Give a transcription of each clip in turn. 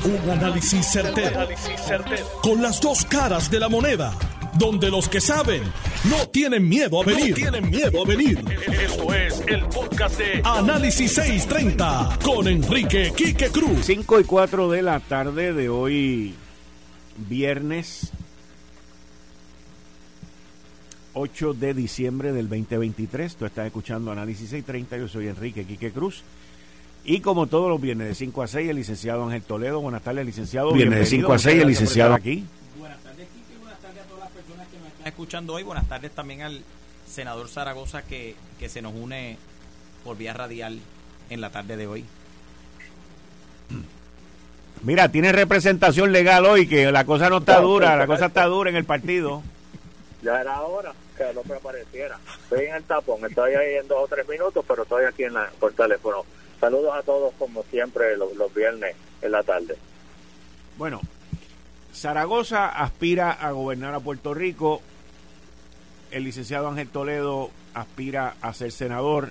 Un análisis certero, con las dos caras de la moneda, donde los que saben no tienen miedo a venir. Esto es el podcast de Análisis 630 con Enrique Quique Cruz. 5:04 de la tarde de hoy, viernes 8 de diciembre del 2023. Tú estás escuchando Análisis 630. Yo soy Enrique Quique Cruz. Y como todos los viernes de 5 a 6, el licenciado Ángel Toledo. Buenas tardes, licenciado. Viernes de 5 a 6, el licenciado aquí. Buenas tardes, Quique. Buenas tardes a todas las personas que nos están escuchando hoy. Buenas tardes también al senador Zaragoza que se nos une por vía radial en la tarde de hoy. Mira, tiene representación legal hoy, que la cosa no está dura, la cosa está dura en el partido. Ya era hora que el hombre apareciera. Estoy en el tapón, estoy ahí en 2 o 3 minutos, pero estoy aquí por teléfono. Saludos a todos, como siempre, los viernes en la tarde. Bueno, Zaragoza aspira a gobernar a Puerto Rico. El licenciado Ángel Toledo aspira a ser senador.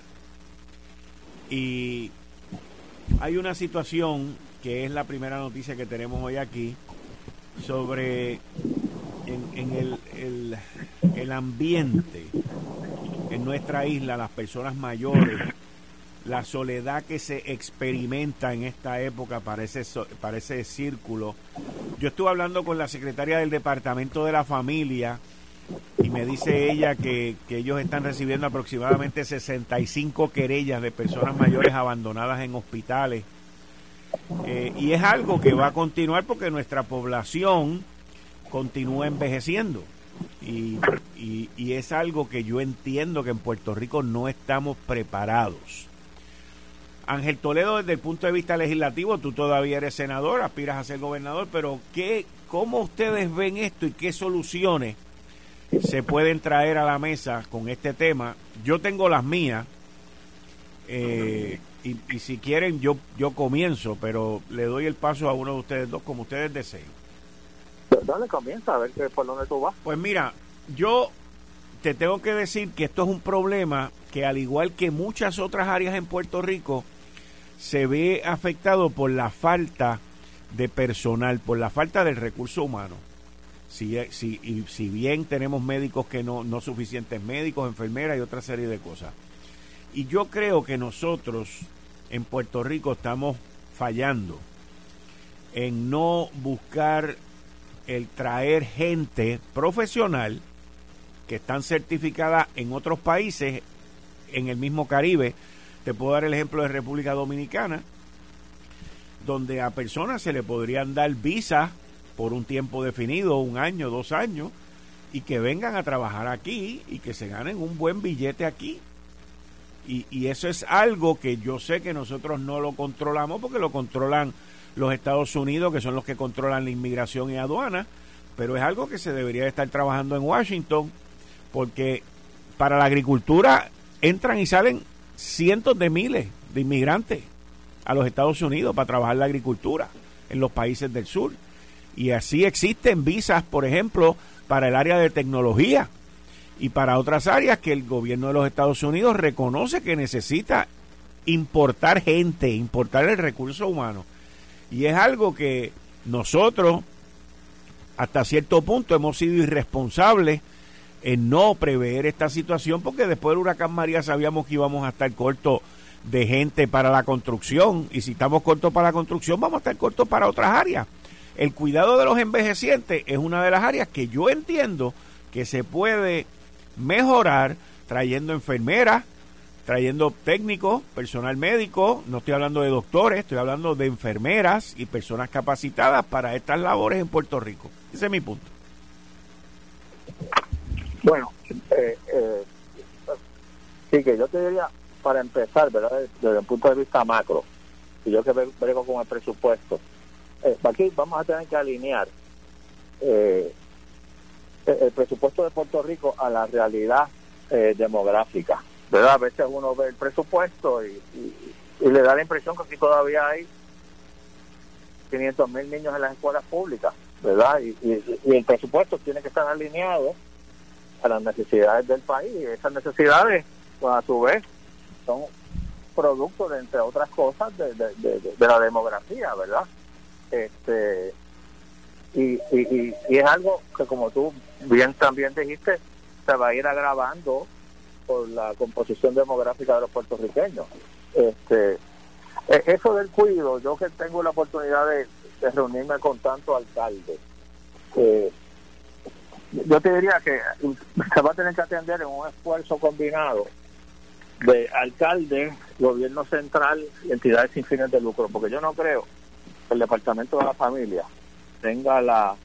Y hay una situación que es la primera noticia que tenemos hoy aquí sobre en el ambiente en nuestra isla, las personas mayores, la soledad que se experimenta en esta época para ese círculo. Yo estuve hablando con la secretaria del Departamento de la Familia y me dice ella que ellos están recibiendo aproximadamente 65 querellas de personas mayores abandonadas en hospitales. Y es algo que va a continuar porque nuestra población continúa envejeciendo. Y es algo que yo entiendo que en Puerto Rico no estamos preparados. Ángel Toledo, desde el punto de vista legislativo, tú todavía eres senador, aspiras a ser gobernador, pero ¿cómo ustedes ven esto y qué soluciones se pueden traer a la mesa con este tema? Yo tengo las mías, y si quieren yo comienzo, pero le doy el paso a uno de ustedes dos, como ustedes deseen. Dale, comienza a ver por dónde tú vas. Pues mira, yo te tengo que decir que esto es un problema que, al igual que muchas otras áreas en Puerto Rico, se ve afectado por la falta de personal, por la falta del recurso humano. Si bien tenemos médicos que no suficientes médicos, enfermeras y otra serie de cosas. Y yo creo que nosotros en Puerto Rico estamos fallando en no buscar el traer gente profesional que están certificadas en otros países en el mismo Caribe. Te puedo dar el ejemplo de República Dominicana, donde a personas se le podrían dar visas por un tiempo definido, 1 año, 2 años, y que vengan a trabajar aquí y que se ganen un buen billete aquí. Y eso es algo que yo sé que nosotros no lo controlamos porque lo controlan los Estados Unidos, que son los que controlan la inmigración y aduana, pero es algo que se debería estar trabajando en Washington, porque para la agricultura entran y salen cientos de miles de inmigrantes a los Estados Unidos para trabajar la agricultura en los países del sur. Y así existen visas, por ejemplo, para el área de tecnología y para otras áreas que el gobierno de los Estados Unidos reconoce que necesita importar gente, importar el recurso humano. Y es algo que nosotros, hasta cierto punto, hemos sido irresponsables en no prever esta situación, porque después del huracán María sabíamos que íbamos a estar cortos de gente para la construcción, y si estamos cortos para la construcción, vamos a estar cortos para otras áreas. El cuidado de los envejecientes es una de las áreas que yo entiendo que se puede mejorar trayendo enfermeras, trayendo técnicos, personal médico. No estoy hablando de doctores, estoy hablando de enfermeras y personas capacitadas para estas labores en Puerto Rico. Ese es mi punto. Bueno, sí, que yo te diría, para empezar, ¿verdad? Desde el punto de vista macro, y yo que brego con el presupuesto, aquí vamos a tener que alinear el presupuesto de Puerto Rico a la realidad demográfica, ¿verdad? A veces uno ve el presupuesto y le da la impresión que aquí todavía hay 500,000 niños en las escuelas públicas, ¿verdad? Y el presupuesto tiene que estar alineado a las necesidades del país. Y esas necesidades, pues, a su vez, son producto de, entre otras cosas, de la demografía, ¿verdad? Y es algo que, como tú bien también dijiste, se va a ir agravando por la composición demográfica de los puertorriqueños. Eso del cuido, yo que tengo la oportunidad de reunirme con tantos alcaldes, yo te diría que se va a tener que atender en un esfuerzo combinado de alcaldes, gobierno central y entidades sin fines de lucro, porque yo no creo que el Departamento de la Familia tenga la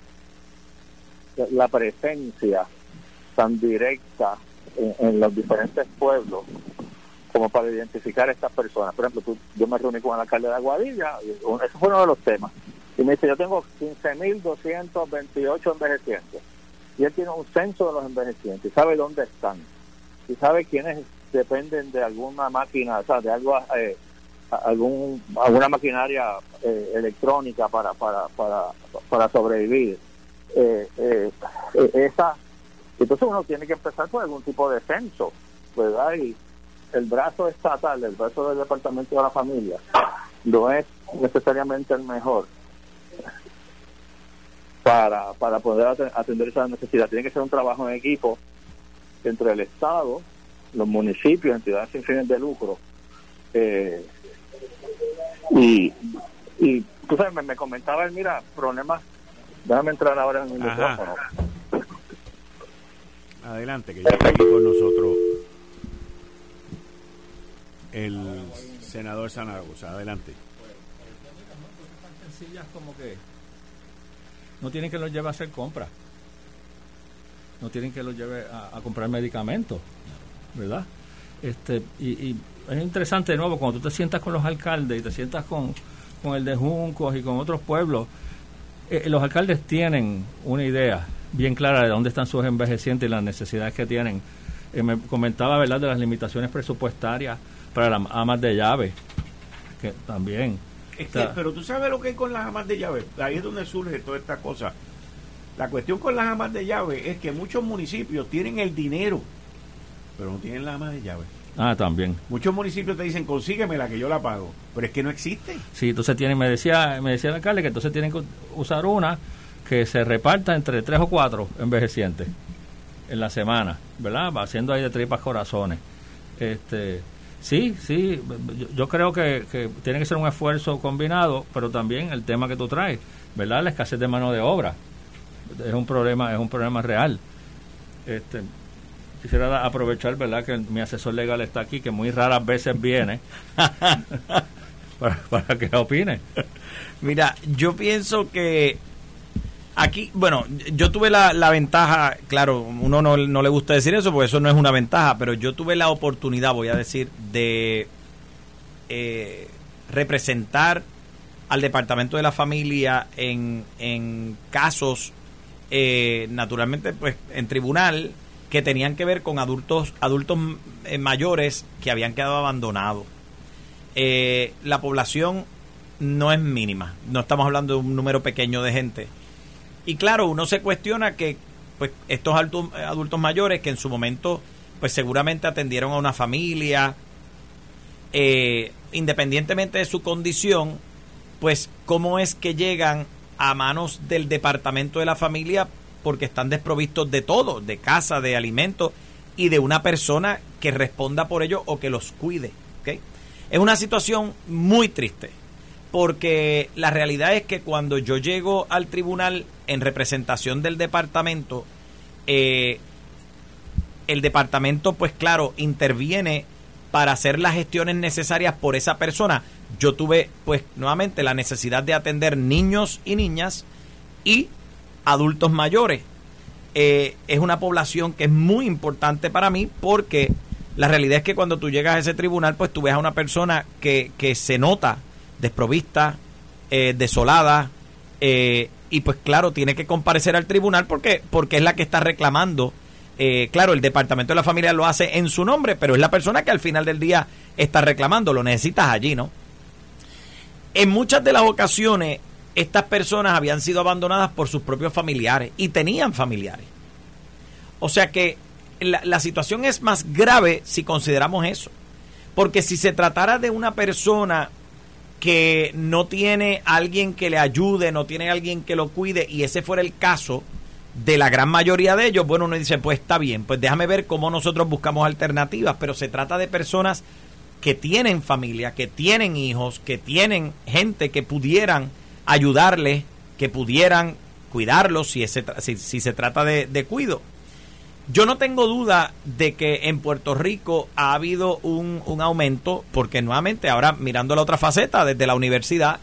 presencia tan directa en los diferentes pueblos como para identificar a estas personas. Por ejemplo, yo me reuní con el alcalde de Aguadilla, y ese fue uno de los temas, y me dice, yo tengo 15.228 envejecientes, y él tiene un censo de los envejecientes, y sabe dónde están, y sabe quiénes dependen de alguna máquina, o sea, de algo, alguna maquinaria electrónica para sobrevivir. Entonces uno tiene que empezar por algún tipo de censo, ¿verdad? Y el brazo estatal, el brazo del Departamento de la Familia, no es necesariamente el mejor para poder atender esa necesidad. Tiene que ser un trabajo en equipo entre el Estado, los municipios, entidades sin fines de lucro. Y tú sabes, me comentaba él, mira, problemas. Déjame entrar ahora en el micrófono. Adelante, que ya está aquí con nosotros el senador Zaragoza. Adelante. Cosas tan sencillas como que no tienen que los lleve a hacer compras, no tienen que los lleve a comprar medicamentos, ¿verdad? Y es interesante, de nuevo, cuando tú te sientas con los alcaldes y te sientas con el de Juncos y con otros pueblos, los alcaldes tienen una idea bien clara de dónde están sus envejecientes y las necesidades que tienen. Me comentaba, ¿verdad?, de las limitaciones presupuestarias para las amas de llave, que también... pero tú sabes lo que hay con las amas de llave. Ahí es donde surge toda esta cosa. La cuestión con las amas de llave es que muchos municipios tienen el dinero, pero no tienen las amas de llave. También. Muchos municipios te dicen, consíguemela que yo la pago, pero es que no existe. Sí, entonces me decía el alcalde que entonces tienen que usar una que se reparta entre 3 o 4 envejecientes en la semana, ¿verdad? Va haciendo ahí de tripas corazones. Sí, yo creo que tiene que ser un esfuerzo combinado, pero también el tema que tú traes, ¿verdad? La escasez de mano de obra es un problema real. Quisiera aprovechar, ¿verdad?, que mi asesor legal está aquí, que muy raras veces viene, para que opine. Mira, yo pienso que aquí, bueno, yo tuve la ventaja, claro, uno no le gusta decir eso porque eso no es una ventaja, pero yo tuve la oportunidad, voy a decir, de representar al Departamento de la Familia en casos, naturalmente, pues en tribunal, que tenían que ver con adultos mayores que habían quedado abandonados. La población no es mínima, no estamos hablando de un número pequeño de gente. Y claro, uno se cuestiona que pues estos adultos mayores que en su momento pues seguramente atendieron a una familia, independientemente de su condición, pues cómo es que llegan a manos del Departamento de la Familia, porque están desprovistos de todo, de casa, de alimentos y de una persona que responda por ello o que los cuide, ¿okay? Es una situación muy triste, porque la realidad es que cuando yo llego al tribunal en representación del departamento, el departamento, pues claro, interviene para hacer las gestiones necesarias por esa persona. Yo tuve, pues, nuevamente la necesidad de atender niños y niñas y adultos mayores. Es una población que es muy importante para mí, porque la realidad es que cuando tú llegas a ese tribunal, pues tú ves a una persona que se nota desprovista, desolada, y pues claro, tiene que comparecer al tribunal porque es la que está reclamando. Claro, el Departamento de la Familia lo hace en su nombre, pero es la persona que al final del día está reclamando. Lo necesitas allí, ¿no? En muchas de las ocasiones, estas personas habían sido abandonadas por sus propios familiares y tenían familiares. O sea que la situación es más grave si consideramos eso. Porque si se tratara de una persona que no tiene alguien que le ayude, no tiene alguien que lo cuide, y ese fuera el caso de la gran mayoría de ellos, bueno, uno dice, pues está bien, pues déjame ver cómo nosotros buscamos alternativas, pero se trata de personas que tienen familia, que tienen hijos, que tienen gente que pudieran ayudarles, que pudieran cuidarlos si se trata de cuido. Yo no tengo duda de que en Puerto Rico ha habido un aumento, porque nuevamente ahora mirando la otra faceta desde la universidad,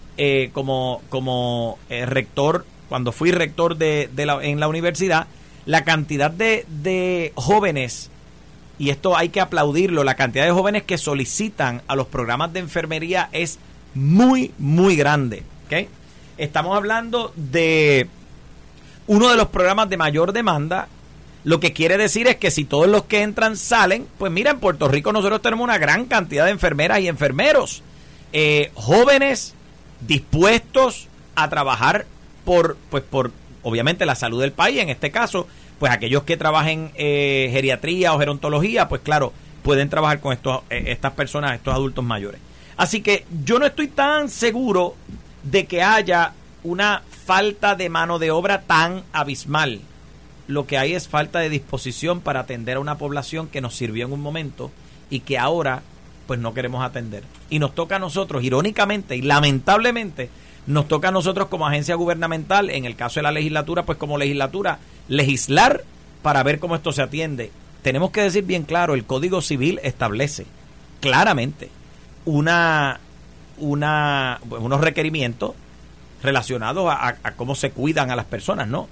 como rector, cuando fui rector en la universidad, la cantidad de jóvenes, y esto hay que aplaudirlo, la cantidad de jóvenes que solicitan a los programas de enfermería es muy, muy grande, ¿okay? Estamos hablando de uno de los programas de mayor demanda. Lo que quiere decir es que si todos los que entran salen, pues mira, en Puerto Rico nosotros tenemos una gran cantidad de enfermeras y enfermeros, jóvenes dispuestos a trabajar por obviamente la salud del país. En este caso, pues aquellos que trabajen geriatría o gerontología, pues claro, pueden trabajar con estas personas, estos adultos mayores. Así que yo no estoy tan seguro de que haya una falta de mano de obra tan abismal. Lo que hay es falta de disposición para atender a una población que nos sirvió en un momento y que ahora pues no queremos atender. Y nos toca a nosotros, irónicamente y lamentablemente, nos toca a nosotros como agencia gubernamental, en el caso de la legislatura, pues como legislatura, legislar para ver cómo esto se atiende. Tenemos que decir bien claro, el Código Civil establece claramente unos requerimientos relacionados a cómo se cuidan a las personas, ¿no?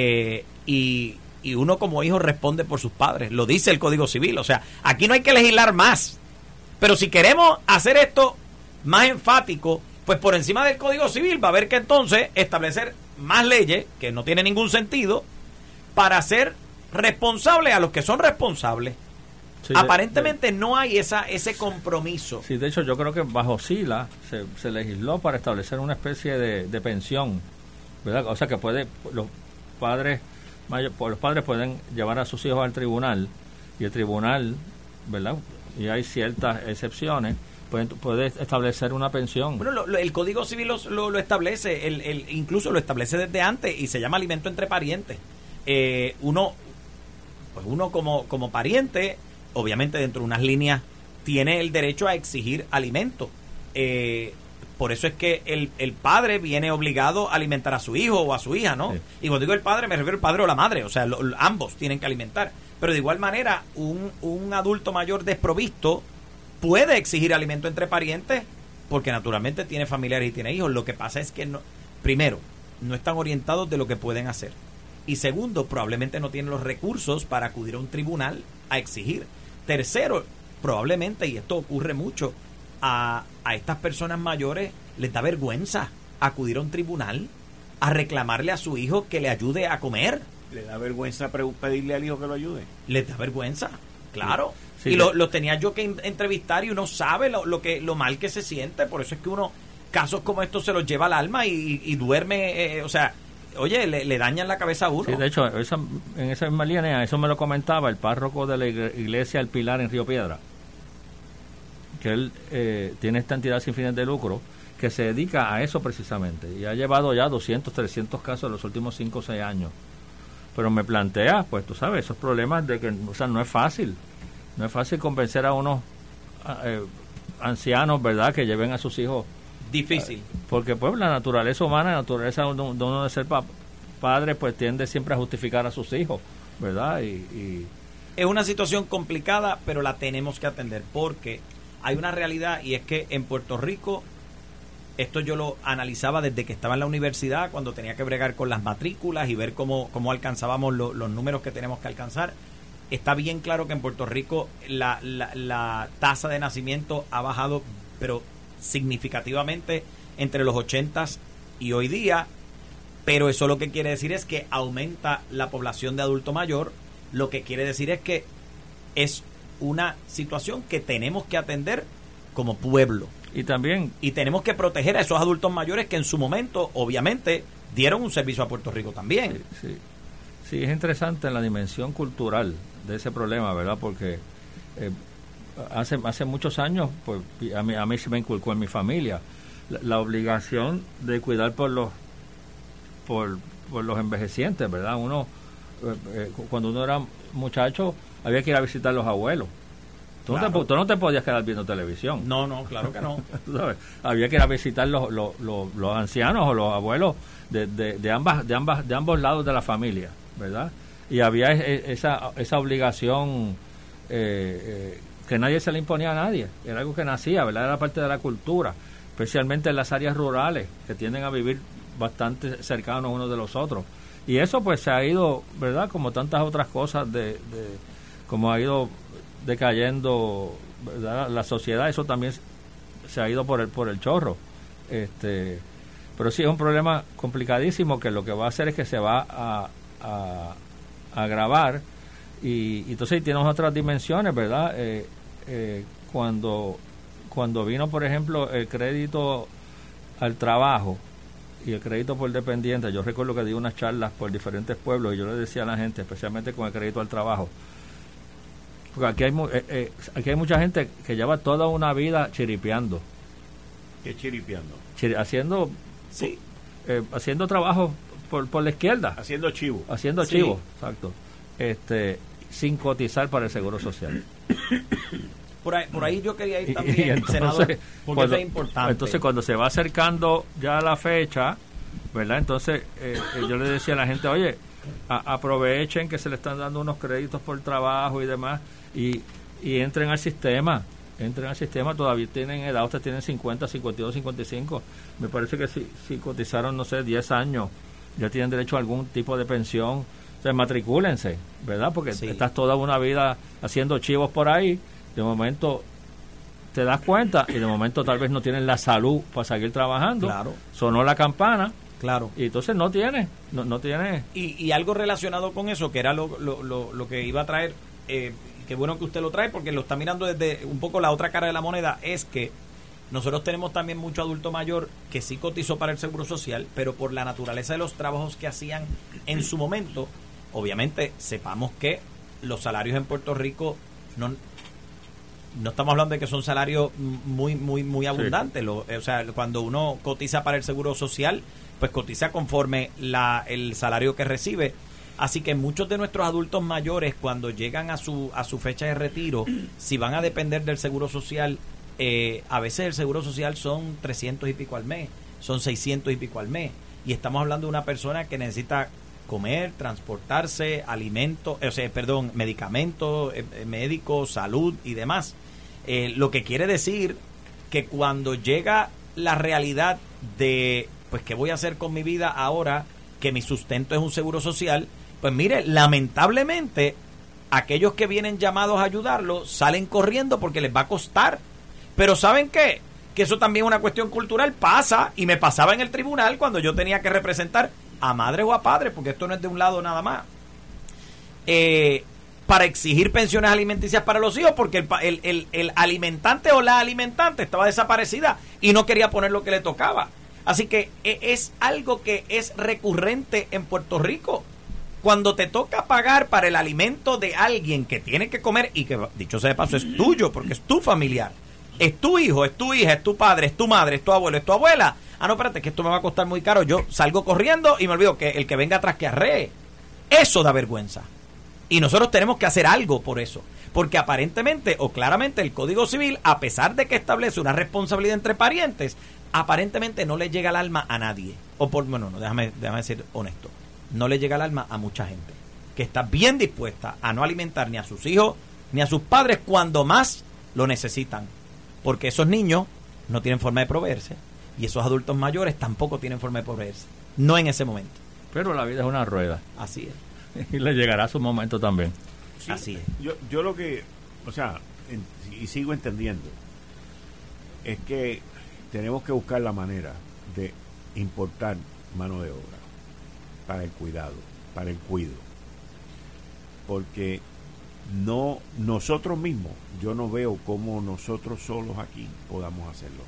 Y uno como hijo responde por sus padres, lo dice el Código Civil. O sea, aquí no hay que legislar más, pero si queremos hacer esto más enfático, pues por encima del Código Civil va a haber que entonces establecer más leyes, que no tiene ningún sentido, para hacer responsables a los que son responsables. Sí, aparentemente no hay ese compromiso. Sí, de hecho yo creo que bajo SILA se legisló para establecer una especie de pensión, ¿verdad? O sea que los padres pueden llevar a sus hijos al tribunal, y el tribunal, ¿verdad? Y hay ciertas excepciones, puede establecer una pensión. Bueno, el Código Civil lo establece, incluso lo establece desde antes, y se llama alimento entre parientes. Uno como pariente, obviamente dentro de unas líneas, tiene el derecho a exigir alimento. Por eso es que el padre viene obligado a alimentar a su hijo o a su hija, ¿no? Sí. Y cuando digo el padre, me refiero al padre o la madre, o sea, ambos tienen que alimentar. Pero de igual manera, un adulto mayor desprovisto puede exigir alimento entre parientes, porque naturalmente tiene familiares y tiene hijos. Lo que pasa es que, primero, no están orientados de lo que pueden hacer. Y segundo, probablemente no tienen los recursos para acudir a un tribunal a exigir. Tercero, probablemente, y esto ocurre mucho, a estas personas mayores les da vergüenza acudir a un tribunal a reclamarle a su hijo que le ayude a comer. ¿Le da vergüenza pedirle al hijo que lo ayude? Les da vergüenza, claro. Sí, y lo tenía yo que entrevistar, y uno sabe lo mal que se siente. Por eso es que uno, casos como estos se los lleva al alma y duerme, o sea, oye, le dañan la cabeza a uno. Sí, de hecho, en esa misma línea, eso me lo comentaba el párroco de la iglesia El Pilar en Río Piedra, que él tiene esta entidad sin fines de lucro que se dedica a eso precisamente, y ha llevado ya 200, 300 casos en los últimos 5 o 6 años. Pero me plantea, pues tú sabes, esos problemas de que, o sea, no es fácil convencer a unos ancianos, ¿verdad?, que lleven a sus hijos. Difícil. Porque pues la naturaleza humana, la naturaleza de uno de ser padre, pues tiende siempre a justificar a sus hijos, ¿verdad? Y es una situación complicada, pero la tenemos que atender, porque hay una realidad, y es que en Puerto Rico, esto yo lo analizaba desde que estaba en la universidad, cuando tenía que bregar con las matrículas y ver cómo alcanzábamos los números que tenemos que alcanzar. Está bien claro que en Puerto Rico la tasa de nacimiento ha bajado, pero significativamente entre los 80s y hoy día, pero eso lo que quiere decir es que aumenta la población de adulto mayor. Lo que quiere decir es que es una situación que tenemos que atender como pueblo. Y tenemos que proteger a esos adultos mayores que en su momento, obviamente, dieron un servicio a Puerto Rico también. Sí, es interesante en la dimensión cultural de ese problema, ¿verdad? Porque hace muchos años, pues a mí se me inculcó en mi familia la obligación de cuidar por los envejecientes, ¿verdad? Uno cuando uno era muchacho había que ir a visitar a los abuelos. Tú no te podías quedar viendo televisión. No, claro que no. ¿Tú sabes? Había que ir a visitar los ancianos o los abuelos de ambos lados de la familia, ¿verdad? Y había esa obligación que nadie se le imponía a nadie. Era algo que nacía, ¿verdad? Era parte de la cultura, especialmente en las áreas rurales, que tienden a vivir bastante cercanos unos de los otros. Y eso pues se ha ido, ¿verdad? Como tantas otras cosas como ha ido decayendo, ¿verdad? La sociedad, eso también se ha ido por el chorro. Pero sí es un problema complicadísimo, que lo que va a hacer es que se va a agravar, y entonces tenemos otras dimensiones, ¿verdad? Cuando vino, por ejemplo, el crédito al trabajo y el crédito por dependiente, yo recuerdo que di unas charlas por diferentes pueblos y yo le decía a la gente, especialmente con el crédito al trabajo, porque aquí hay mucha gente que lleva toda una vida chiripeando. ¿Qué chiripeando? Haciendo sí, haciendo trabajo por la izquierda. Haciendo chivo. Haciendo sí. chivo, exacto. Sin cotizar para el Seguro Social. Por ahí yo quería ir también, entonces, senador, porque eso es importante. Entonces, cuando se va acercando ya la fecha, ¿verdad? Entonces, yo le decía a la gente, oye, aprovechen que se le están dando unos créditos por trabajo y demás, y entren al sistema. Todavía tienen edad, ustedes tienen 50, 52, 55. Me parece que si cotizaron, no sé, 10 años, ya tienen derecho a algún tipo de pensión. O sea, matricúlense, ¿verdad? Porque sí, estás toda una vida haciendo chivos por ahí, de momento te das cuenta y de momento tal vez no tienes la salud para seguir trabajando. Claro. Sonó la campana. Claro. Y entonces no tienes. Y algo relacionado con eso, que era lo que iba a traer, qué bueno que usted lo trae, porque lo está mirando desde un poco la otra cara de la moneda, es que nosotros tenemos también mucho adulto mayor que sí cotizó para el Seguro Social, pero por la naturaleza de los trabajos que hacían en su momento, obviamente sepamos que los salarios en Puerto Rico no estamos hablando de que son salarios muy abundantes. Sí. O sea, cuando uno cotiza para el Seguro Social, pues cotiza conforme el salario que recibe. Así que muchos de nuestros adultos mayores, cuando llegan a su fecha de retiro, si van a depender del Seguro Social, a veces el Seguro Social son 300 y pico al mes, son 600 y pico al mes. Y estamos hablando de una persona que necesita comer, transportarse, medicamentos, médicos, salud y demás. Lo que quiere decir que cuando llega la realidad de, pues, ¿qué voy a hacer con mi vida ahora que mi sustento es un Seguro Social? Pues mire, lamentablemente, aquellos que vienen llamados a ayudarlo salen corriendo porque les va a costar. Pero ¿saben qué? Que eso también es una cuestión cultural, pasa, y me pasaba en el tribunal cuando yo tenía que representar a madres o a padres, porque esto no es de un lado nada más, para exigir pensiones alimenticias para los hijos, porque el alimentante o la alimentante estaba desaparecida y no quería poner lo que le tocaba. Así que es algo que es recurrente en Puerto Rico. Cuando te toca pagar para el alimento de alguien que tiene que comer, y que, dicho sea de paso, es tuyo, porque es tu familiar, es tu hijo, es tu hija, es tu padre, es tu madre, es tu abuelo, es tu abuela. Ah, no, espérate, que esto me va a costar muy caro. Yo salgo corriendo y me olvido que el que venga atrás que arree. Eso da vergüenza. Y nosotros tenemos que hacer algo por eso. Porque aparentemente o claramente el Código Civil, a pesar de que establece una responsabilidad entre parientes, aparentemente no le llega al alma a nadie. Déjame ser honesto. No le llega al alma a mucha gente que está bien dispuesta a no alimentar ni a sus hijos ni a sus padres cuando más lo necesitan. Porque esos niños no tienen forma de proveerse y esos adultos mayores tampoco tienen forma de proveerse. No en ese momento. Pero la vida es una rueda. Así es. Y le llegará su momento también. Sí, así es. Yo lo que, y sigo entendiendo, es que tenemos que buscar la manera de importar mano de obra para el cuidado, para el cuido. Porque nosotros mismos, yo no veo cómo nosotros solos aquí podamos hacerlo.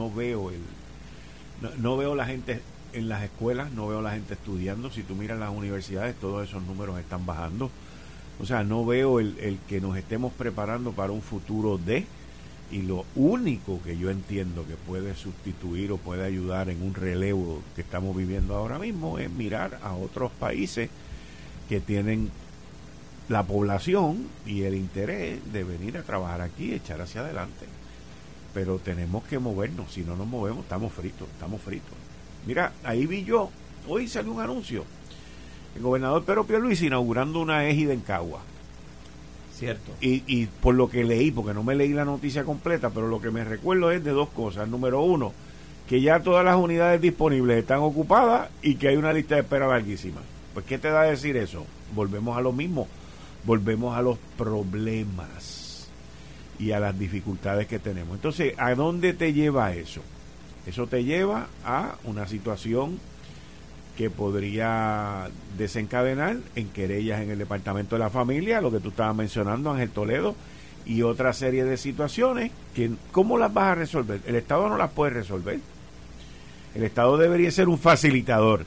No veo la gente en las escuelas, no veo la gente estudiando. Si tú miras las universidades, todos esos números están bajando. O sea, no veo el que nos estemos preparando para un futuro y lo único que yo entiendo que puede sustituir o puede ayudar en un relevo que estamos viviendo ahora mismo es mirar a otros países que tienen la población y el interés de venir a trabajar aquí y echar hacia adelante. Pero tenemos que movernos, si no nos movemos estamos fritos. Mira, ahí vi yo, hoy salió un anuncio, el gobernador Pedro Pierluisi inaugurando una égida en Cagua. Cierto. Y por lo que leí, porque no me leí la noticia completa, pero lo que me recuerdo es de dos cosas. Número uno, que ya todas las unidades disponibles están ocupadas y que hay una lista de espera larguísima. Pues, ¿qué te da a decir eso? Volvemos a lo mismo, volvemos a los problemas y a las dificultades que tenemos. Entonces, ¿a dónde te lleva eso? Eso te lleva a una situación que podría desencadenar en querellas en el Departamento de la Familia, lo que tú estabas mencionando, Ángel Toledo, y otra serie de situaciones que ¿cómo las vas a resolver? El Estado no las puede resolver. El Estado debería ser un facilitador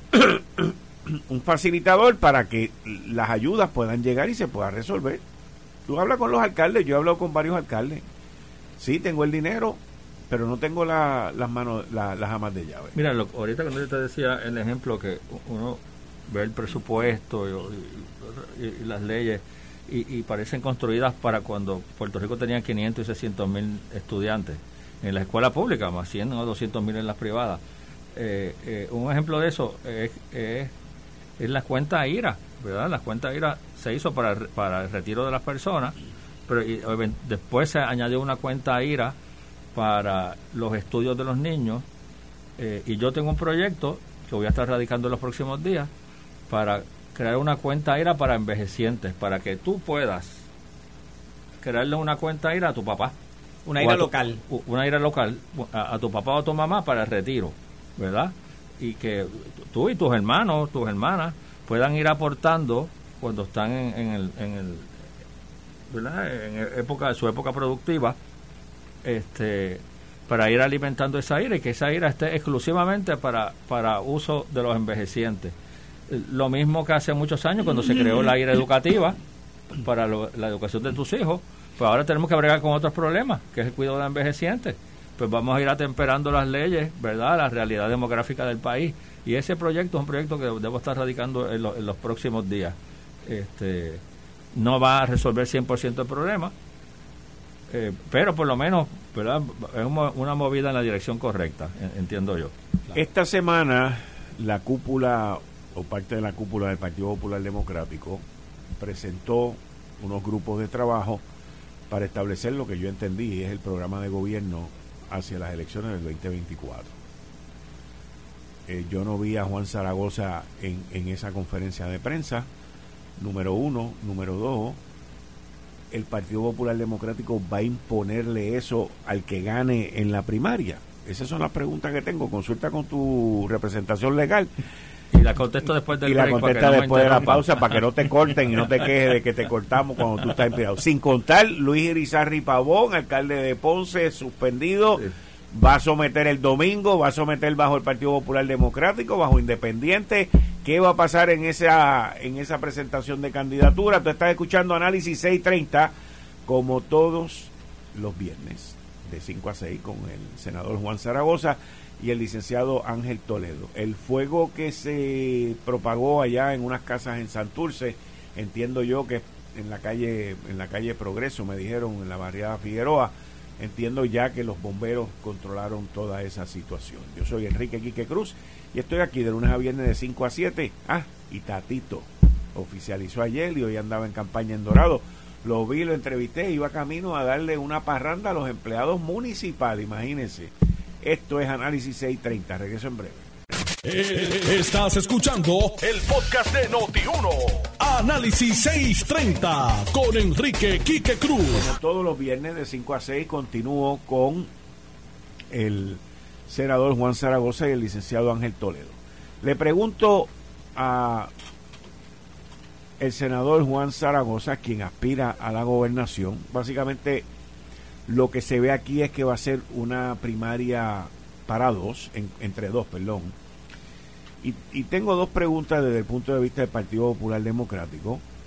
un facilitador para que las ayudas puedan llegar y se pueda resolver. Tú hablas con los alcaldes, yo he hablado con varios alcaldes. Sí, tengo el dinero, pero no tengo las manos, las amas de llave. Mira, ahorita cuando yo te decía el ejemplo que uno ve el presupuesto y las leyes y parecen construidas para cuando Puerto Rico tenía 500 y 600 mil estudiantes en la escuela pública, más 100 o 200 mil en las privadas. Un ejemplo de eso es la cuenta IRA, ¿verdad? La cuenta IRA se hizo para el retiro de las personas, pero después se añadió una cuenta IRA para los estudios de los niños, y yo tengo un proyecto que voy a estar radicando en los próximos días para crear una cuenta IRA para envejecientes, para que tú puedas crearle una cuenta IRA a tu papá. Una IRA local. Una IRA local a tu papá o a tu mamá para el retiro, ¿verdad? Y que tú y tus hermanos, tus hermanas puedan ir aportando cuando están ¿verdad? En su época productiva, para ir alimentando esa IRA y que esa IRA esté exclusivamente para uso de los envejecientes. Lo mismo que hace muchos años cuando se creó la IRA educativa para la educación de tus hijos, pues ahora tenemos que bregar con otros problemas, que es el cuidado de envejecientes. Pues vamos a ir atemperando las leyes, ¿verdad?, la realidad demográfica del país. Y ese proyecto es un proyecto que debo estar radicando en los próximos días. No va a resolver 100% el problema, pero por lo menos, ¿verdad?, es una movida en la dirección correcta, entiendo yo. Esta semana la cúpula o parte de la cúpula del Partido Popular Democrático presentó unos grupos de trabajo para establecer lo que yo entendí es el programa de gobierno hacia las elecciones del 2024. Yo no vi a Juan Zaragoza en esa conferencia de prensa, número uno. Número dos, el Partido Popular Democrático va a imponerle eso al que gane en la primaria. Esas son las preguntas que tengo. Consulta con tu representación legal. Y la contesto después del break. Y la contesta después de la pausa para que no te corten y no te quejes de que te cortamos cuando tú estás empleado. Sin contar, Luis Irizarry Pavón, alcalde de Ponce, suspendido, sí. Va a someter el domingo, va a someter bajo el Partido Popular Democrático, bajo Independiente. ¿Qué va a pasar en esa presentación de candidatura? Tú estás escuchando Análisis 630, como todos los viernes, de 5 a 6, con el senador Juan Zaragoza y el licenciado Ángel Toledo. El fuego que se propagó allá en unas casas en Santurce, entiendo yo que en la calle Progreso, me dijeron, en la barriada Figueroa, entiendo ya que los bomberos controlaron toda esa situación. Yo soy Enrique Quique Cruz y estoy aquí de lunes a viernes de 5 a 7. Y Tatito oficializó ayer y hoy andaba en campaña en Dorado. Lo vi, lo entrevisté, iba camino a darle una parranda a los empleados municipales, imagínense. Esto es Análisis 630, regreso en breve. Estás escuchando el podcast de Noti1, Análisis 630, con Enrique Quique Cruz. Como todos los viernes de 5 a 6, continúo con el senador Juan Zaragoza y el licenciado Ángel Toledo. Le pregunto a el senador Juan Zaragoza, quien aspira a la gobernación. Básicamente lo que se ve aquí es que va a ser una primaria entre dos. Y tengo dos preguntas desde el punto de vista del Partido Popular Democrático.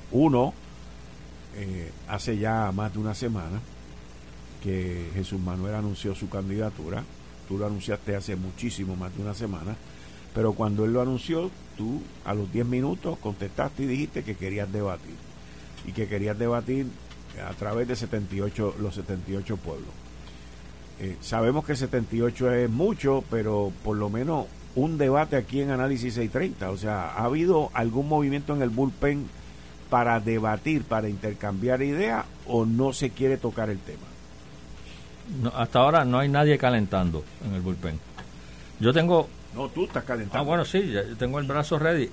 Uno, hace ya más de una semana que Jesús Manuel anunció su candidatura. Tú lo anunciaste hace muchísimo más de una semana, pero cuando él lo anunció, tú a los 10 minutos contestaste y dijiste que querías debatir, y que querías debatir a través de los 78 pueblos. Sabemos que 78 es mucho, pero por lo menos un debate aquí en Análisis 630. O sea, ¿ha habido algún movimiento en el bullpen para debatir, para intercambiar ideas, o no se quiere tocar el tema? No, hasta ahora no hay nadie calentando en el bullpen. Yo tengo... No, tú estás calentando. Bueno, sí, yo tengo el brazo ready.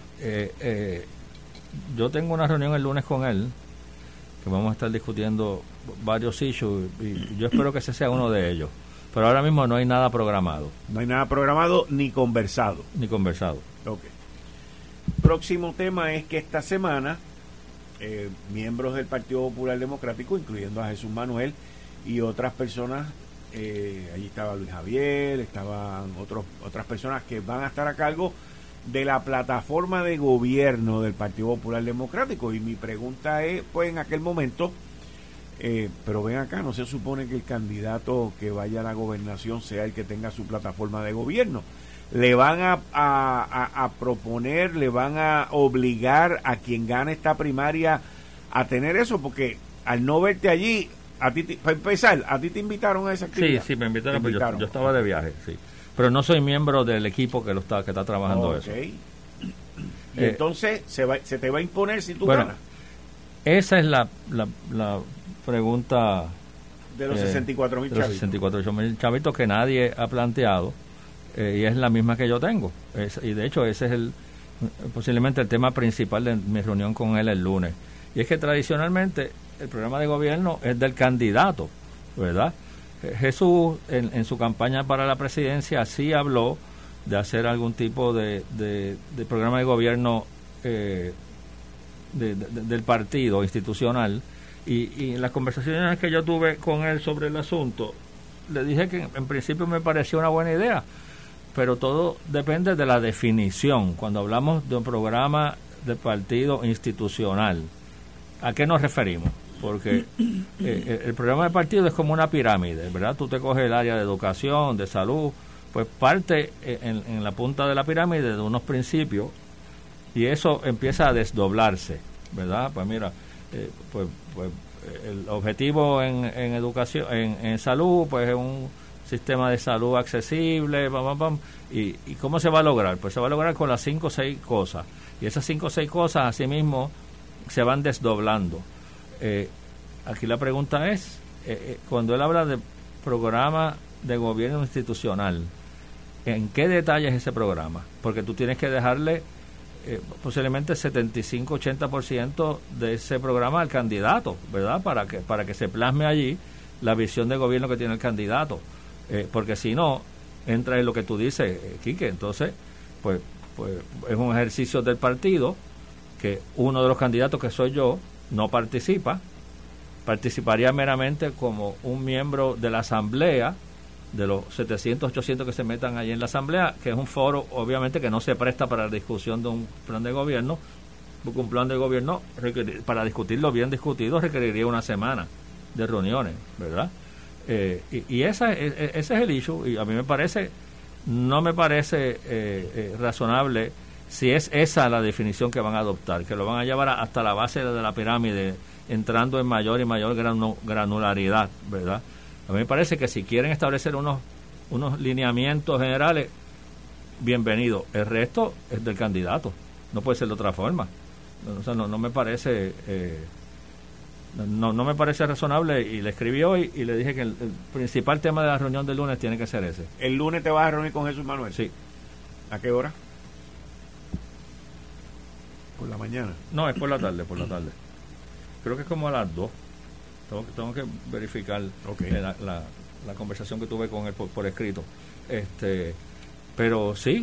Yo tengo una reunión el lunes con él, que vamos a estar discutiendo varios issues, y yo espero que ese sea uno de ellos. Pero ahora mismo no hay nada programado. No hay nada programado ni conversado. Ni conversado. Ok. Próximo tema es que esta semana miembros del Partido Popular Democrático, incluyendo a Jesús Manuel y otras personas, allí estaba Luis Javier, estaban otras personas que van a estar a cargo de la plataforma de gobierno del Partido Popular Democrático. Y mi pregunta es, pues en aquel momento, pero ven acá, ¿no se supone que el candidato que vaya a la gobernación sea el que tenga su plataforma de gobierno? ¿Le van a proponer, le van a obligar a quien gane esta primaria a tener eso? Porque al no verte allí, para empezar, ¿a ti te invitaron a esa actividad? Sí, me invitaron, pero yo estaba de viaje, sí. Pero no soy miembro del equipo que está trabajando eso. Y entonces, ¿se te va a imponer si tú ganas? Esa es la pregunta de los 64,000 chavitos. De los 64,000 chavitos que nadie ha planteado, y es la misma que yo tengo. Y de hecho ese es posiblemente el tema principal de mi reunión con él el lunes. Y es que tradicionalmente el programa de gobierno es del candidato, ¿verdad? Jesús en su campaña para la presidencia sí habló de hacer algún tipo de programa de gobierno del partido institucional, y en las conversaciones que yo tuve con él sobre el asunto, le dije que en principio me parecía una buena idea, pero todo depende de la definición. Cuando hablamos de un programa de partido institucional, ¿a qué nos referimos? Porque el programa de partido es como una pirámide, ¿verdad? Tú te coges el área de educación, de salud, pues parte en la punta de la pirámide de unos principios, y eso empieza a desdoblarse, ¿verdad? Pues mira, pues el objetivo en educación, en salud, pues es un sistema de salud accesible, y ¿cómo se va a lograr? Pues se va a lograr con las 5 o 6 cosas, y esas 5 o 6 cosas asimismo se van desdoblando. Aquí la pregunta es, cuando él habla de programa de gobierno institucional, ¿en qué detalle es ese programa? Porque tú tienes que dejarle posiblemente 75-80% de ese programa al candidato, ¿verdad? Para que se plasme allí la visión de gobierno que tiene el candidato, porque si no entra en lo que tú dices, Quique. Entonces pues es un ejercicio del partido que uno de los candidatos, que soy yo, no participaría meramente como un miembro de la asamblea, de los 700, 800 que se metan allí en la asamblea, que es un foro obviamente que no se presta para la discusión de un plan de gobierno, porque un plan de gobierno, para discutirlo bien discutido, requeriría una semana de reuniones, ¿verdad? Y ese es el issue, y a mí no me parece razonable si es esa la definición que van a adoptar, que lo van a llevar hasta la base de la pirámide, entrando en mayor y mayor granularidad, ¿verdad? A mí me parece que si quieren establecer unos lineamientos generales, bienvenido. El resto es del candidato, no puede ser de otra forma. O sea, no me parece no me parece razonable, y le escribí hoy y le dije que el principal tema de la reunión del lunes tiene que ser ese. ¿El lunes te vas a reunir con Jesús Manuel? Sí. ¿A qué hora? ¿Por la mañana? No, es por la tarde. Creo que es como a las 2. Tengo que verificar la conversación que tuve con él por escrito. Pero sí.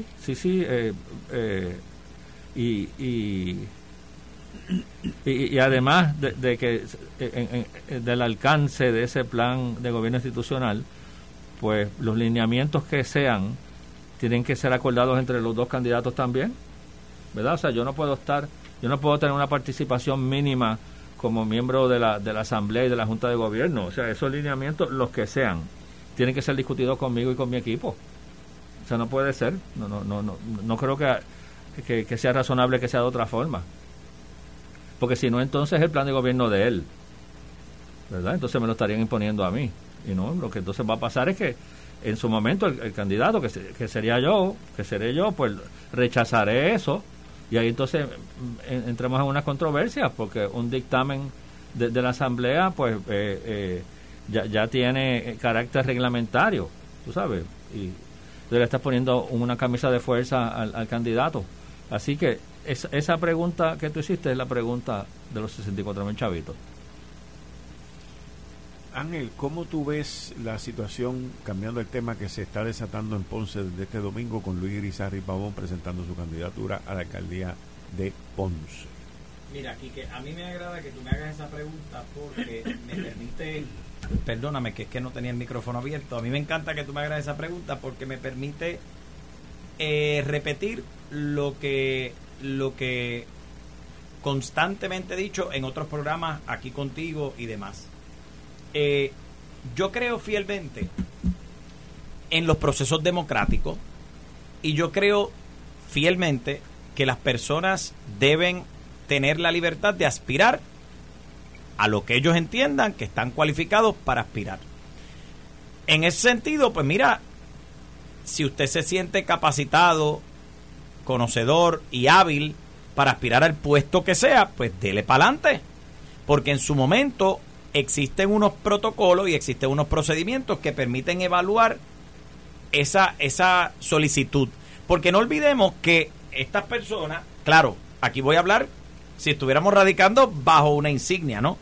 Y además de que del alcance de ese plan de gobierno institucional, pues los lineamientos que sean tienen que ser acordados entre los dos candidatos también, ¿verdad? O sea, yo no puedo estar Yo no puedo tener una participación mínima como miembro de la Asamblea y de la Junta de Gobierno. O sea, esos lineamientos, los que sean, tienen que ser discutidos conmigo y con mi equipo. O sea, no puede ser. No creo que sea razonable que sea de otra forma. Porque si no, entonces es el plan de gobierno de él, ¿verdad? Entonces me lo estarían imponiendo a mí. Y no, lo que entonces va a pasar es que en su momento el candidato, que seré yo, pues rechazaré eso. Y ahí entonces entremos en una controversia, porque un dictamen de la Asamblea pues ya tiene carácter reglamentario, tú sabes, y tú le estás poniendo una camisa de fuerza al candidato. Así que esa pregunta que tú hiciste es la pregunta de los 64,000 chavitos. Ángel, ¿cómo tú ves la situación, cambiando el tema, que se está desatando en Ponce desde este domingo con Luis Irizarry Pavón presentando su candidatura a la alcaldía de Ponce? Mira, Quique, a mí me agrada que tú me hagas esa pregunta porque me permite, perdóname que es que no tenía el micrófono abierto, a mí me encanta que tú me hagas esa pregunta porque me permite repetir lo que constantemente he dicho en otros programas aquí contigo y demás. Yo creo fielmente en los procesos democráticos y yo creo fielmente que las personas deben tener la libertad de aspirar a lo que ellos entiendan que están cualificados para aspirar. En ese sentido, pues mira, si usted se siente capacitado, conocedor y hábil para aspirar al puesto que sea, pues dele para adelante, porque en su momento existen unos protocolos y existen unos procedimientos que permiten evaluar esa solicitud. Porque no olvidemos que estas personas, claro, aquí voy a hablar si estuviéramos radicando bajo una insignia, ¿no?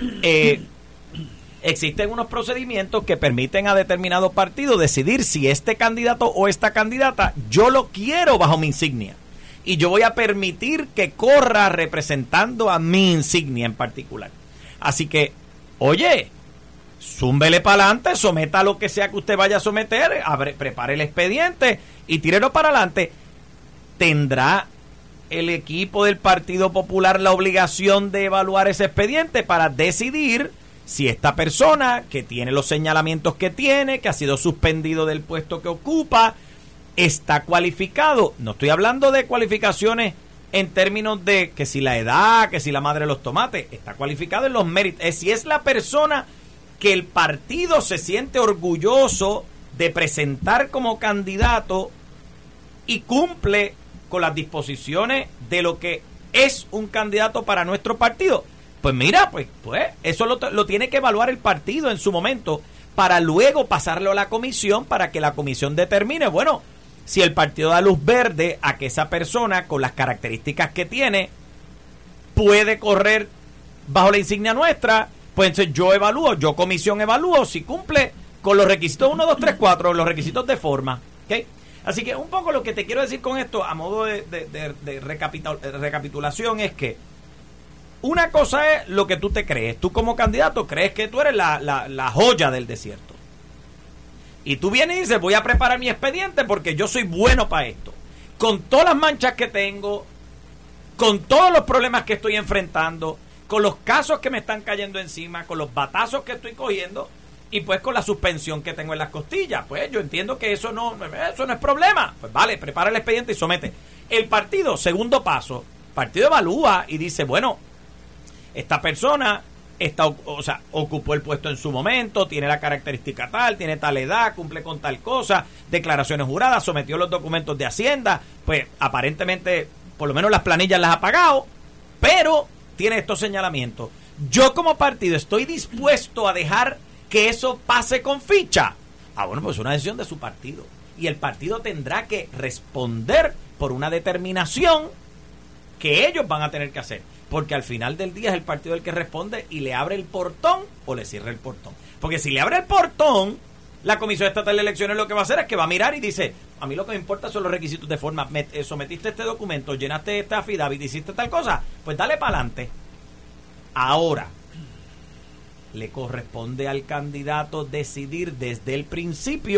Existen unos procedimientos que permiten a determinado partido decidir si este candidato o esta candidata yo lo quiero bajo mi insignia. Y yo voy a permitir que corra representando a mi insignia en particular. Así que, oye, zúmbele para adelante, someta lo que sea que usted vaya a someter, prepare el expediente y tírelo para adelante. ¿Tendrá el equipo del Partido Popular la obligación de evaluar ese expediente para decidir si esta persona que tiene los señalamientos que tiene, que ha sido suspendido del puesto que ocupa, está cualificado? No estoy hablando de cualificaciones en términos de que si la edad, que si la madre de los tomates, está cualificado en los méritos. Si es la persona que el partido se siente orgulloso de presentar como candidato y cumple con las disposiciones de lo que es un candidato para nuestro partido. Pues mira, pues eso lo tiene que evaluar el partido en su momento para luego pasarlo a la comisión para que la comisión determine, bueno, si el partido da luz verde a que esa persona con las características que tiene puede correr bajo la insignia nuestra, pues entonces yo comisión evalúo si cumple con los requisitos 1, 2, 3, 4, los requisitos de forma, ¿ok? Así que un poco lo que te quiero decir con esto, a modo de recapitulación, es que una cosa es lo que tú te crees. Tú como candidato crees que tú eres la joya del desierto. Y tú vienes y dices, voy a preparar mi expediente porque yo soy bueno para esto. Con todas las manchas que tengo, con todos los problemas que estoy enfrentando, con los casos que me están cayendo encima, con los batazos que estoy cogiendo y pues con la suspensión que tengo en las costillas. Pues yo entiendo que eso no es problema. Pues vale, prepara el expediente y somete. El partido, segundo paso, el partido evalúa y dice, bueno, esta persona ocupó el puesto en su momento, tiene la característica tal, tiene tal edad, cumple con tal cosa, declaraciones juradas, sometió los documentos de Hacienda, pues aparentemente por lo menos las planillas las ha pagado, pero tiene estos señalamientos. Yo como partido estoy dispuesto a dejar que eso pase con ficha. Bueno, pues es una decisión de su partido y el partido tendrá que responder por una determinación que ellos van a tener que hacer. Porque al final del día es el partido el que responde y le abre el portón o le cierra el portón. Porque si le abre el portón, la Comisión Estatal de Elecciones lo que va a hacer es que va a mirar y dice, a mí lo que me importa son los requisitos de forma. Sometiste este documento, llenaste esta affidavit, hiciste tal cosa, pues dale para adelante. Ahora, le corresponde al candidato decidir desde el principio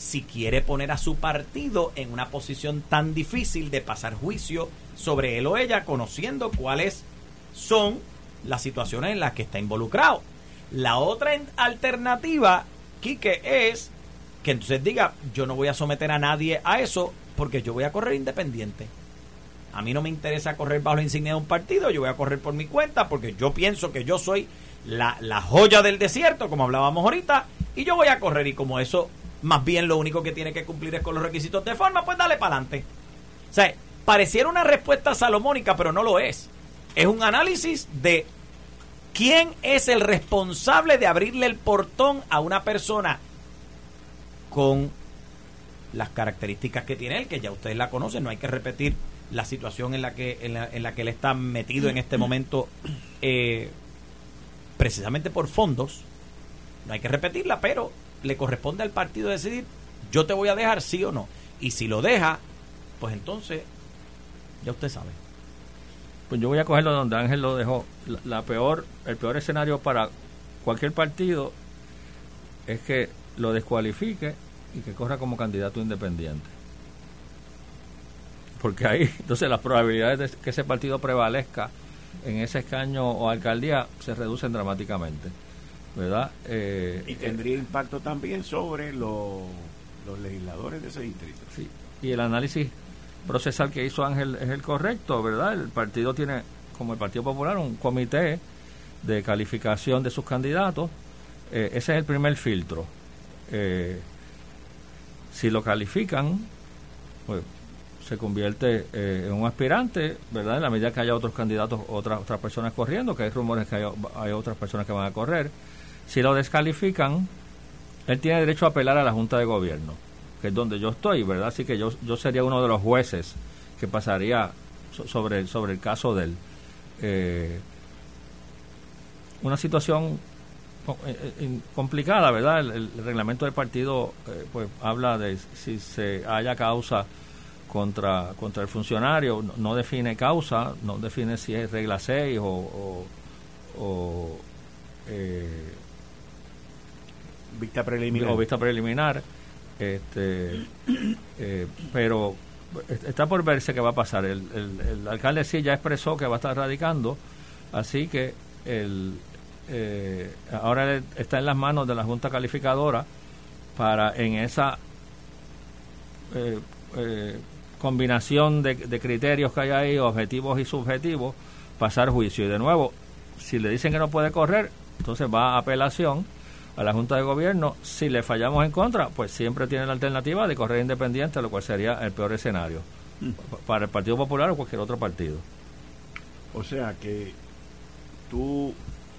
si quiere poner a su partido en una posición tan difícil de pasar juicio sobre él o ella, conociendo cuáles son las situaciones en las que está involucrado. La otra alternativa, Quique, es que entonces diga, yo no voy a someter a nadie a eso porque yo voy a correr independiente. A mí no me interesa correr bajo la insignia de un partido, yo voy a correr por mi cuenta porque yo pienso que yo soy la joya del desierto, como hablábamos ahorita, y yo voy a correr, y como eso más bien lo único que tiene que cumplir es con los requisitos de forma, pues dale para adelante. O sea, pareciera una respuesta salomónica, pero no lo es. Es un análisis de quién es el responsable de abrirle el portón a una persona con las características que tiene él, que ya ustedes la conocen, no hay que repetir la situación en la que él está metido en este momento, precisamente por fondos. No hay que repetirla, pero le corresponde al partido decidir, yo te voy a dejar sí o no, y si lo deja, pues entonces ya usted sabe. Pues yo voy a cogerlo donde Ángel lo dejó. El peor escenario para cualquier partido es que lo descualifique y que corra como candidato independiente, porque ahí entonces las probabilidades de que ese partido prevalezca en ese escaño o alcaldía se reducen dramáticamente, ¿verdad? Y tendría impacto también sobre los legisladores de ese distrito. Sí. Y el análisis procesal que hizo Ángel es el correcto, ¿verdad? El partido tiene, como el Partido Popular, un comité de calificación de sus candidatos. Ese es el primer filtro. Si lo califican, pues se convierte en un aspirante, ¿verdad? En la medida que haya otros candidatos, otras personas corriendo, que hay rumores que hay otras personas que van a correr. Si lo descalifican, él tiene derecho a apelar a la Junta de Gobierno, que es donde yo estoy, ¿verdad? Así que yo sería uno de los jueces que pasaría sobre el caso de él. Una situación complicada, ¿verdad? El reglamento del partido pues habla de si se haya causa contra el funcionario, no define causa, no define si es regla 6 o vista preliminar. O vista preliminar. Pero está por verse qué va a pasar. El alcalde sí ya expresó que va a estar radicando, así que ahora está en las manos de la Junta Calificadora para en esa combinación de criterios que hay ahí, objetivos y subjetivos, pasar juicio. Y de nuevo, si le dicen que no puede correr, entonces va a apelación a la Junta de Gobierno. Si le fallamos en contra, pues siempre tiene la alternativa de correr independiente, lo cual sería el peor escenario para el Partido Popular o cualquier otro partido. O sea que tú,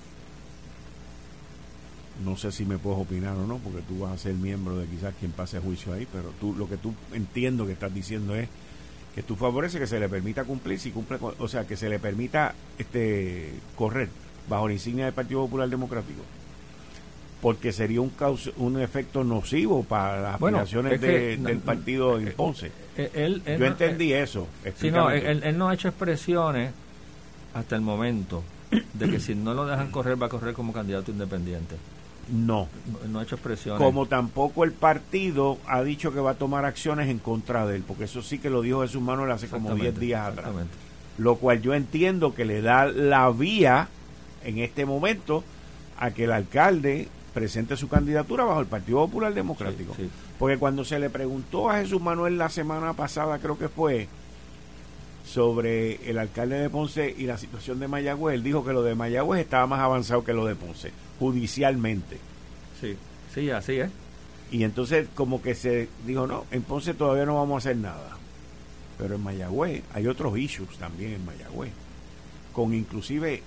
no sé si me puedes opinar o no, porque tú vas a ser miembro de quizás quien pase juicio ahí, pero tú, lo que tú entiendo que estás diciendo es que tú favoreces que se le permita cumplir, si cumple, o sea, que se le permita correr bajo la insignia del Partido Popular Democrático, porque sería un efecto nocivo para las aspiraciones del partido en Ponce. Yo entendí eso. Sí, no, él no ha hecho expresiones hasta el momento de que si no lo dejan correr, va a correr como candidato independiente. No ha hecho expresiones. Como tampoco el partido ha dicho que va a tomar acciones en contra de él, porque eso sí que lo dijo Jesús Manuel hace como 10 días atrás. Lo cual yo entiendo que le da la vía en este momento a que el alcalde presente su candidatura bajo el Partido Popular Democrático. Sí. Porque cuando se le preguntó a Jesús Manuel la semana pasada, creo que fue, sobre el alcalde de Ponce y la situación de Mayagüez, él dijo que lo de Mayagüez estaba más avanzado que lo de Ponce, judicialmente. Sí, así es. Y entonces como que se dijo, no, en Ponce todavía no vamos a hacer nada. Pero en Mayagüez hay otros issues también en Mayagüez. Con inclusive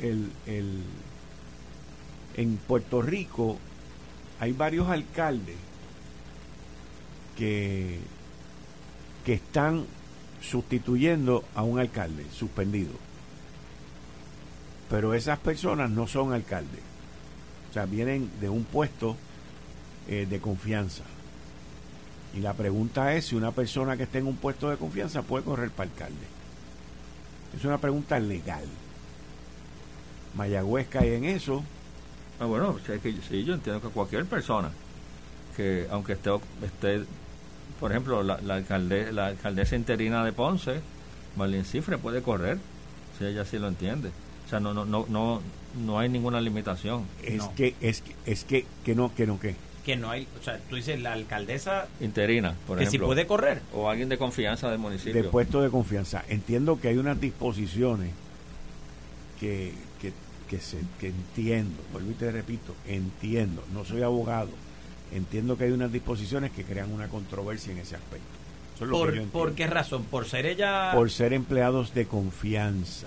en Puerto Rico hay varios alcaldes que están sustituyendo a un alcalde suspendido, pero esas personas no son alcaldes, o sea, vienen de un puesto de confianza, y la pregunta es si una persona que esté en un puesto de confianza puede correr para alcalde. Es una pregunta legal. Mayagüez cae en eso. Bueno, sí, yo entiendo que cualquier persona que aunque esté por ejemplo, la alcaldesa interina de Ponce, Marlene Cifre, puede correr, si ella sí lo entiende. O sea, no hay ninguna limitación. Que no hay, o sea, tú dices la alcaldesa interina, por ejemplo, que si puede correr, o alguien de confianza del municipio, de puesto de confianza. Entiendo que hay unas disposiciones que entiendo, vuelvo y te repito, entiendo, no soy abogado, entiendo que hay unas disposiciones que crean una controversia en ese aspecto. Eso es lo que yo entiendo. ¿Por qué razón? ¿Por ser ella? Por ser empleados de confianza.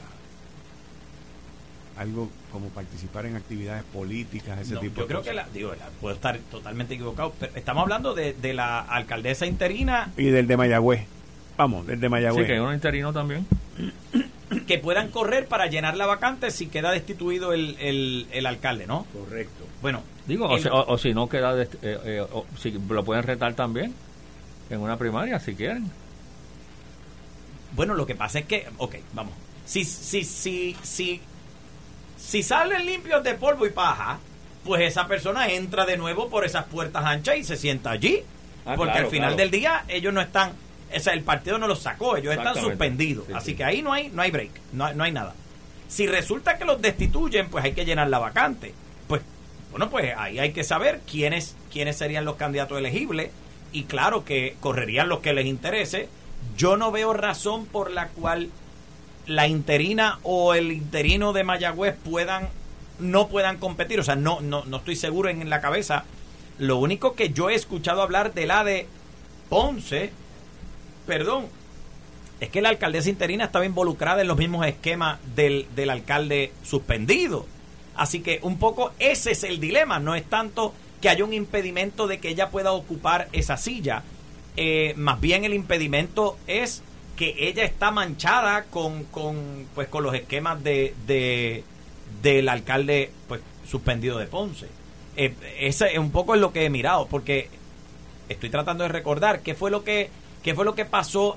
Algo como participar en actividades políticas, ese tipo de cosas. Yo creo que puedo estar totalmente equivocado, pero estamos hablando de la alcaldesa interina y del de Mayagüez. Vamos, del de Mayagüez. Sí, que hay un interino también. Que puedan correr para llenar la vacante si queda destituido el alcalde, ¿no? Correcto. Bueno, digo, o si no queda, si lo pueden retar también en una primaria si quieren. Bueno, lo que pasa es que, vamos, si salen limpios de polvo y paja, pues esa persona entra de nuevo por esas puertas anchas y se sienta allí, porque al final del día ellos no están, o sea, el partido no los sacó, ellos están suspendidos, sí, así que ahí no hay break, no hay nada. Si resulta que los destituyen, pues hay que llenar la vacante. Pues ahí hay que saber quiénes serían los candidatos elegibles, y claro que correrían los que les interese. Yo no veo razón por la cual la interina o el interino de Mayagüez no puedan competir. O sea, no estoy seguro en la cabeza. Lo único que yo he escuchado hablar de la de Ponce, es que la alcaldesa interina estaba involucrada en los mismos esquemas del alcalde suspendido. Así que un poco ese es el dilema. No es tanto que haya un impedimento de que ella pueda ocupar esa silla. Más bien el impedimento es que ella está manchada con los esquemas del alcalde suspendido de Ponce. Ese es un poco lo que he mirado, porque estoy tratando de recordar qué fue lo que pasó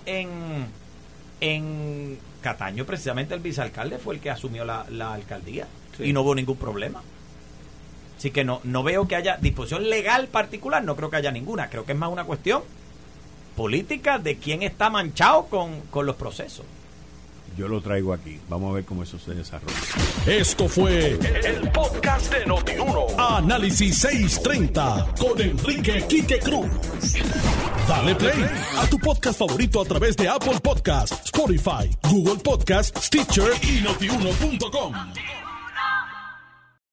en Cataño. Precisamente el vicealcalde fue el que asumió la alcaldía, sí, y no hubo ningún problema. Así que no veo que haya disposición legal particular, no creo que haya ninguna. Creo que es más una cuestión política de quién está manchado con los procesos. Yo lo traigo aquí. Vamos a ver cómo eso se desarrolla. Esto fue el podcast de Noti1. Análisis 630 con Enrique Quique Cruz. Dale play a tu podcast favorito a través de Apple Podcasts, Spotify, Google Podcasts, Stitcher y Notiuno.com.